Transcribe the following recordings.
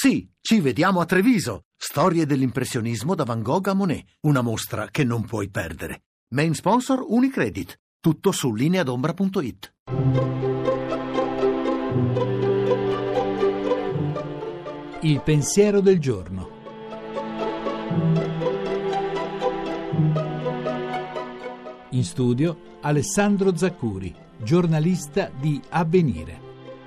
Sì, ci vediamo a Treviso. Storie dell'impressionismo da Van Gogh a Monet. Una mostra che non puoi perdere. Main sponsor Unicredit. Tutto su lineadombra.it. Il pensiero del giorno. In studio Alessandro Zaccuri, giornalista di Avvenire.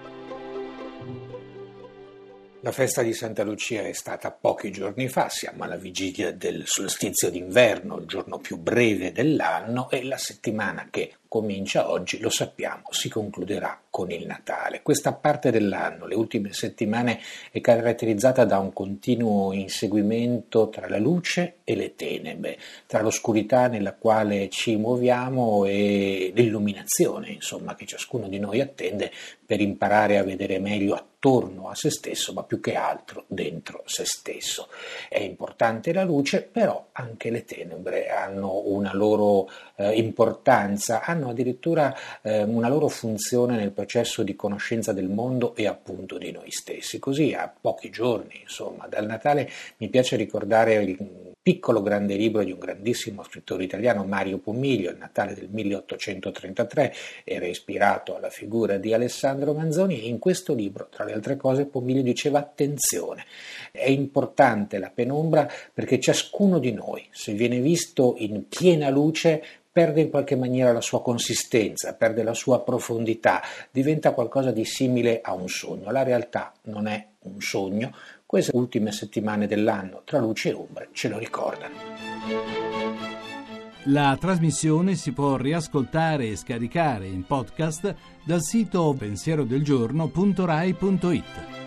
La festa di Santa Lucia è stata pochi giorni fa, siamo alla vigilia del solstizio d'inverno, il giorno più breve dell'anno, e la settimana che comincia oggi, lo sappiamo, si concluderà con il Natale. Questa parte dell'anno, le ultime settimane, è caratterizzata da un continuo inseguimento tra la luce e le tenebre, tra l'oscurità nella quale ci muoviamo e l'illuminazione, insomma, che ciascuno di noi attende per imparare a vedere meglio attorno a se stesso, ma più che altro dentro se stesso. È importante la luce, però anche le tenebre hanno una loro importanza, hanno addirittura una loro funzione nel processo di conoscenza del mondo e appunto di noi stessi. Così a pochi giorni, insomma, dal Natale mi piace ricordare il piccolo grande libro di un grandissimo scrittore italiano, Mario Pomiglio. Il Natale del 1833 era ispirato alla figura di Alessandro Manzoni, e in questo libro, tra le altre cose, Pomiglio diceva: attenzione, è importante la penombra perché ciascuno di noi, se viene visto in piena luce, perde in qualche maniera la sua consistenza, perde la sua profondità, diventa qualcosa di simile a un sogno. La realtà non è un sogno. Queste ultime settimane dell'anno, tra luce e ombre, ce lo ricordano. La trasmissione si può riascoltare e scaricare in podcast dal sito pensierodelgiorno.rai.it.